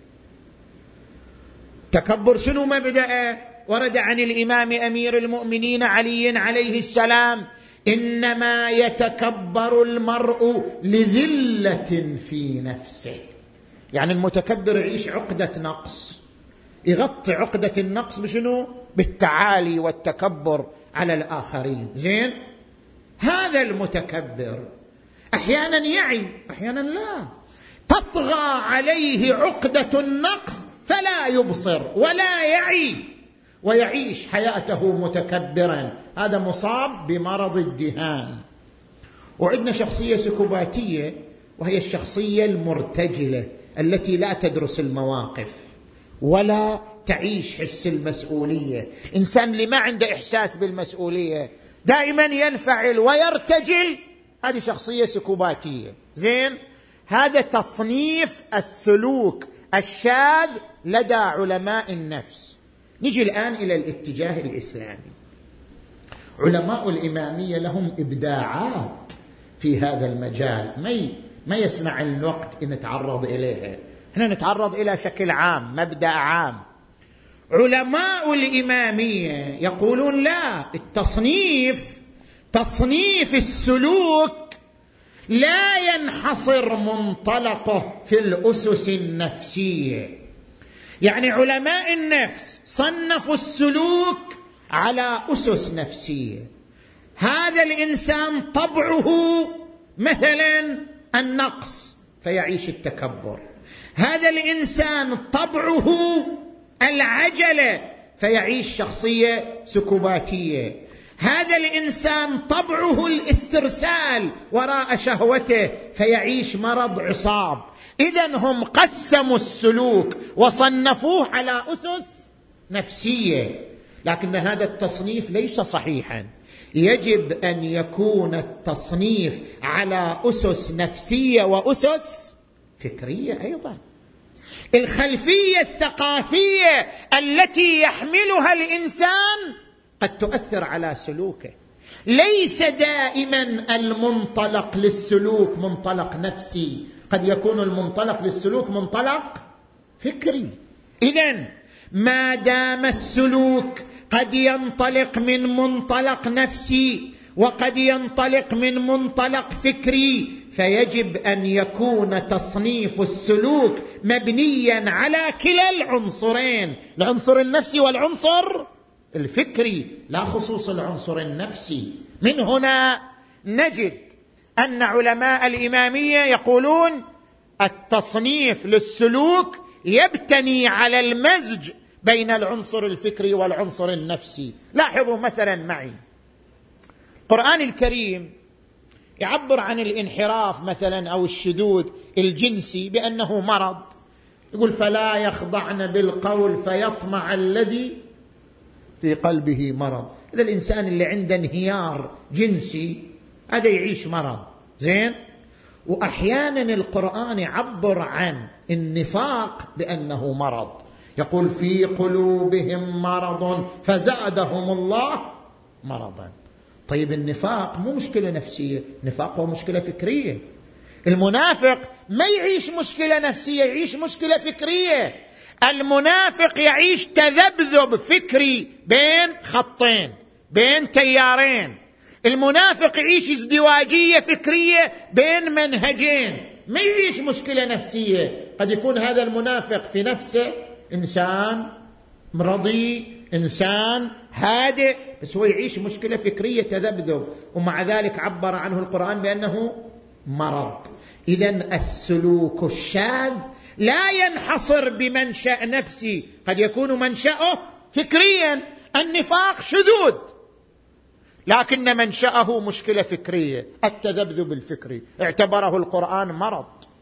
تكبر شنو مبدأه؟ ورد عن الإمام أمير المؤمنين علي عليه السلام: إنما يتكبر المرء لذلة في نفسه. يعني المتكبر يعيش عقدة نقص، يغطي عقدة النقص بشنو؟ بالتعالي والتكبر على الآخرين. زين، هذا المتكبر أحيانا يعي أحيانا لا، تطغى عليه عقدة النقص فلا يبصر ولا يعي ويعيش حياته متكبرا. هذا مصاب بمرض الدهان. وعندنا شخصية سكوباتية، وهي الشخصية المرتجلة التي لا تدرس المواقف ولا تعيش حس المسؤولية. إنسان اللي ما عنده إحساس بالمسؤولية، دائما ينفعل ويرتجل، هذه شخصية سكوباتية. زين، هذا تصنيف السلوك الشاذ لدى علماء النفس. نجي الآن إلى الاتجاه الإسلامي. علماء الإمامية لهم إبداعات في هذا المجال، ما يسمع الوقت أن نتعرض إليها. احنا نتعرض إلى شكل عام، مبدأ عام. علماء الإمامية يقولون لا، تصنيف السلوك لا ينحصر منطلقه في الأسس النفسية. يعني علماء النفس صنفوا السلوك على أسس نفسية. هذا الإنسان طبعه مثلا النقص فيعيش التكبر، هذا الإنسان طبعه العجلة فيعيش شخصية سكوباتية، هذا الإنسان طبعه الاسترسال وراء شهوته فيعيش مرض عصاب. إذن هم قسموا السلوك وصنفوه على أسس نفسية، لكن هذا التصنيف ليس صحيحا. يجب أن يكون التصنيف على أسس نفسية وأسس فكرية أيضا. الخلفية الثقافية التي يحملها الإنسان قد تؤثر على سلوكه. ليس دائما المنطلق للسلوك منطلق نفسي، قد يكون المنطلق للسلوك منطلق فكري. إذن ما دام السلوك قد ينطلق من منطلق نفسي وقد ينطلق من منطلق فكري، فيجب أن يكون تصنيف السلوك مبنيا على كلا العنصرين، العنصر النفسي والعنصر الفكري، لا خصوص العنصر النفسي. من هنا نجد أن علماء الإمامية يقولون التصنيف للسلوك يبتني على المزج بين العنصر الفكري والعنصر النفسي. لاحظوا مثلا معي، القرآن الكريم يعبر عن الانحراف مثلا أو الشذوذ الجنسي بأنه مرض. يقول فلا يخضعن بالقول فيطمع الذي في قلبه مرض. إذا الإنسان اللي عنده انهيار جنسي هذا يعيش مرض. زين، وأحيانا القرآن يعبر عن النفاق بأنه مرض، يقول في قلوبهم مرض فزادهم الله مرضا. طيب النفاق مو مشكلة نفسية، النفاق هو مشكلة فكرية. المنافق ما يعيش مشكلة نفسية، يعيش مشكلة فكرية. المنافق يعيش تذبذب فكري بين خطين، بين تيارين. المنافق يعيش ازدواجية فكرية بين منهجين، ما يعيش مشكلة نفسية. قد يكون هذا المنافق في نفسه إنسان مرضي، إنسان هادئ، بس هو يعيش مشكلة فكرية تذبذب، ومع ذلك عبر عنه القرآن بأنه مرض. إذن السلوك الشاذ لا ينحصر بمنشأ نفسي، قد يكون منشأه فكريا. النفاق شذوذ، لكن منشأه مشكلة فكرية، التذبذب الفكري، اعتبره القرآن مرض.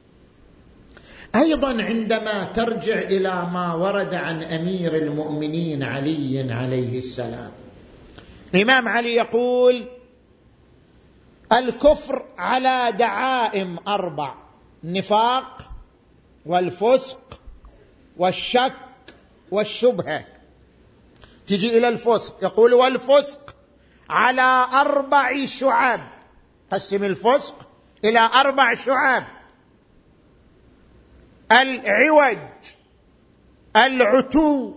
أيضا عندما ترجع إلى ما ورد عن أمير المؤمنين علي عليه السلام، الإمام علي يقول: الكفر على دعائم 4: النفاق والفسق والشك والشبهة. تجي إلى الفسق يقول: والفسق على 4 شعب. قسم الفسق إلى 4 شعب: العوج، العتو،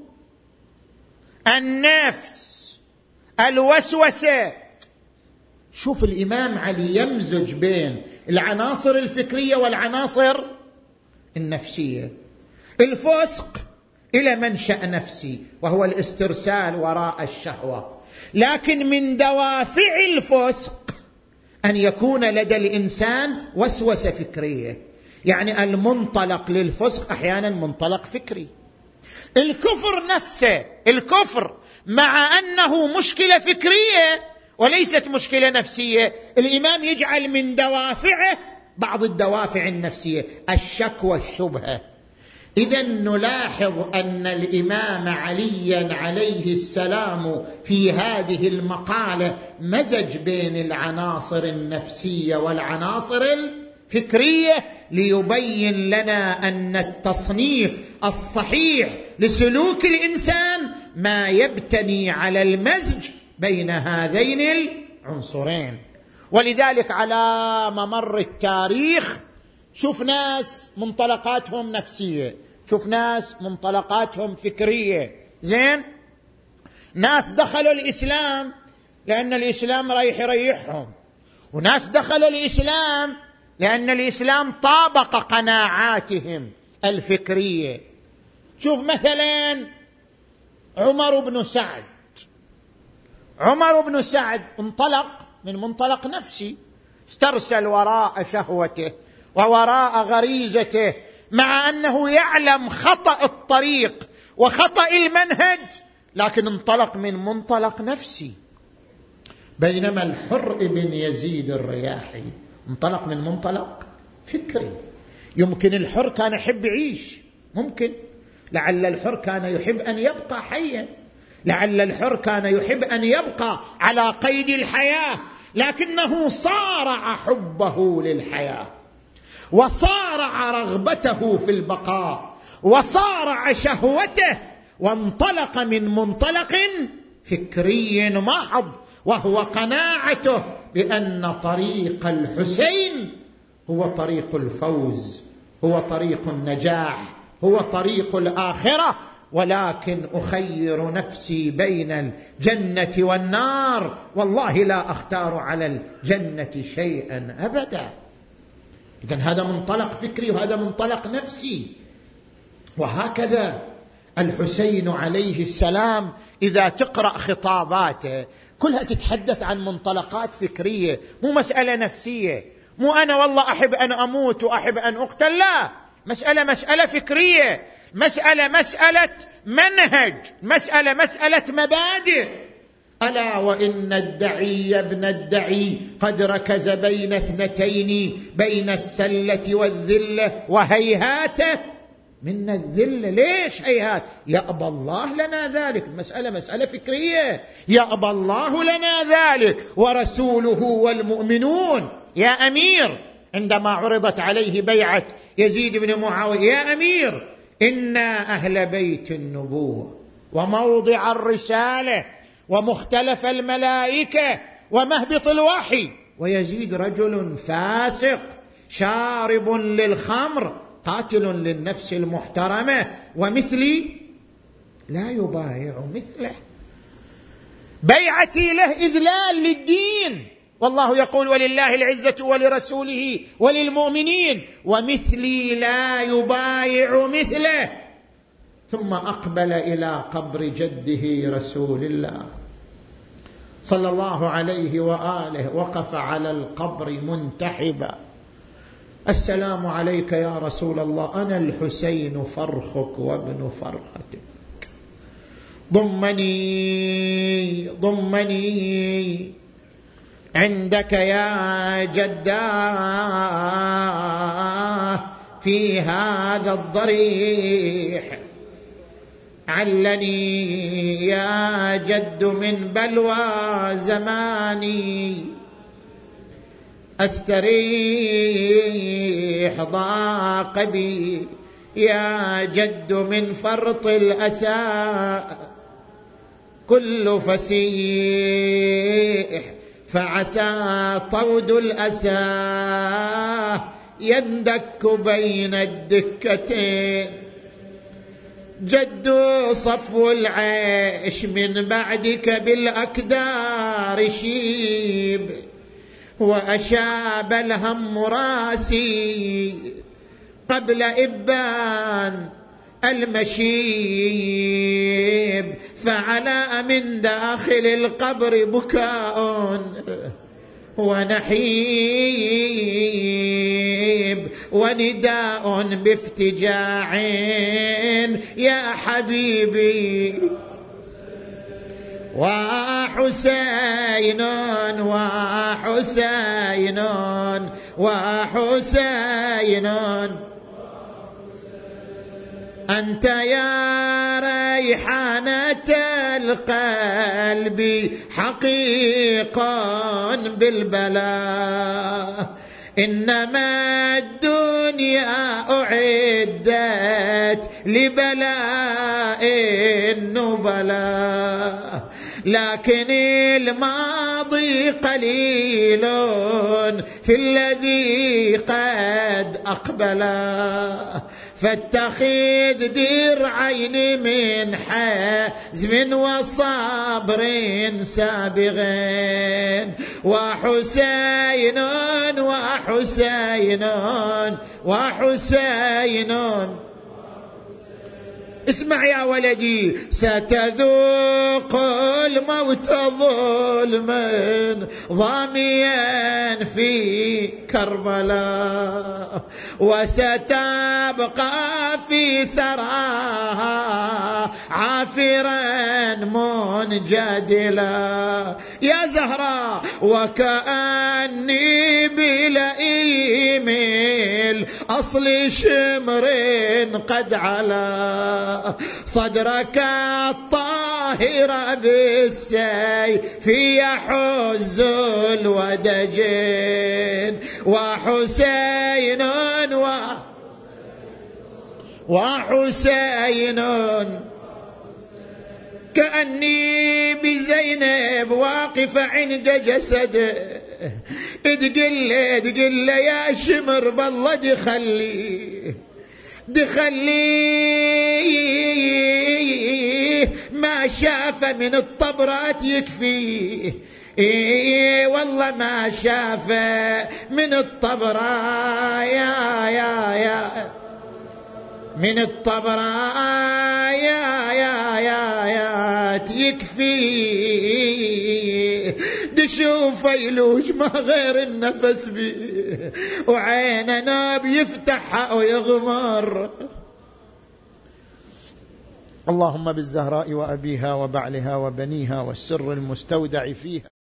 النفس، الوسوسة. شوف الإمام علي يمزج بين العناصر الفكرية والعناصر النفسية. الفسق إلى منشأ نفسي وهو الاسترسال وراء الشهوة، لكن من دوافع الفسق أن يكون لدى الإنسان وسوسة فكرية، يعني المنطلق للفسق أحيانا منطلق فكري. الكفر نفسه، الكفر مع أنه مشكلة فكرية وليست مشكلة نفسية، الإمام يجعل من دوافعه بعض الدوافع النفسية: الشك والشبهة. إذن نلاحظ أن الإمام علي عليه السلام في هذه المقالة مزج بين العناصر النفسية والعناصر الفكرية ليبين لنا أن التصنيف الصحيح لسلوك الإنسان ما يبتني على المزج بين هذين العنصرين. ولذلك على ممر التاريخ شوف ناس منطلقاتهم نفسية، شوف ناس منطلقاتهم فكرية. زين، ناس دخلوا الإسلام لأن الإسلام رايح يريحهم، وناس دخلوا الإسلام لأن الإسلام طابق قناعاتهم الفكرية. شوف مثلا عمر بن سعد. عمر بن سعد انطلق من منطلق نفسي، استرسل وراء شهوته ووراء غريزته، مع أنه يعلم خطأ الطريق وخطأ المنهج، لكن انطلق من منطلق نفسي. بينما الحر بن يزيد الرياحي انطلق من منطلق فكري. يمكن الحر كان يحب يعيش، ممكن، لعل الحر كان يحب أن يبقى حيا، لعل الحر كان يحب أن يبقى على قيد الحياة، لكنه صارع حبه للحياة وصارع رغبته في البقاء وصارع شهوته، وانطلق من منطلق فكري محض، وهو قناعته بأن طريق الحسين هو طريق الفوز، هو طريق النجاح، هو طريق الآخرة، ولكن أخير نفسي بين الجنة والنار، والله لا أختار على الجنة شيئا أبدا. إذن هذا منطلق فكري وهذا منطلق نفسي. وهكذا الحسين عليه السلام إذا تقرأ خطاباته كلها تتحدث عن منطلقات فكرية، مو مسألة نفسية، مو أنا والله أحب أن أموت وأحب أن أقتل، لا، مسألة فكرية، مسألة منهج، مسألة مبادئ. ألا وإن الدعي ابن الدعي قد ركز بين 2، بين السلة والذلة، وهيهات من الذلة. ليش هيهات؟ يأبى الله لنا ذلك. مسألة فكرية، يأبى الله لنا ذلك ورسوله والمؤمنون. يا أمير، عندما عرضت عليه بيعة يزيد بن معاوية: يا أمير، إنا أهل بيت النبوة وموضع الرسالة ومختلف الملائكة ومهبط الوحي، ويزيد رجل فاسق شارب للخمر قاتل للنفس المحترمة، ومثلي لا يبايع مثله. بيعتي له إذلال للدين، والله يقول: ولله العزة ولرسوله وللمؤمنين، ومثلي لا يبايع مثله. ثم أقبل إلى قبر جده رسول الله صلى الله عليه وآله، وقف على القبر منتحبا: السلام عليك يا رسول الله، أنا الحسين فرخك وابن فرختك، ضمني عندك يا جداه في هذا الضريح، علني يا جد من بلوى زماني أستريح، ضاق بي يا جد من فرط الأسى كل فسيح، فعسى طود الأسى يندك بين الدكتين. جد صفو العيش من بعدك بالأكدار شيب، وأشاب الهم راسي قبل إبان المشيب، فعلى من داخل القبر بكاء ونحيب، ونداء بافتجاع يا حبيبي، وحسين وحسين وحسين، أنت يا ريحانة القلب حقيقا بالبلاء، إنما الدنيا أعدت لبلاء النبلاء، لكن الماضي قليل في الذي قد أقبلا، فاتخذ درعين من حزم وصبر سابغين، وحسين وحسين وحسين. اسمع يا ولدي، ستذوق الموت ظلما ضاميا في كربلاء، وستبقى في ثراها عافرا منجدلا يا زهراء، وكأني بلئيم الأصل شمر قد علا، صدرك الطاهر بالسيف يحز الودجين، وحسين وحسين، كأني بزينب واقف عند جسده، ادقل يا شمر بالله دخلي ما شاف من الطبرات يكفيه، والله ما شاف من الطبرات من الطبرات يكفي، دشوف يلوج ما غير النفس بيه، وعين ناب يفتحها ويغمر. اللهم بالزهراء وأبيها وبعلها وبنيها والسر المستودع فيها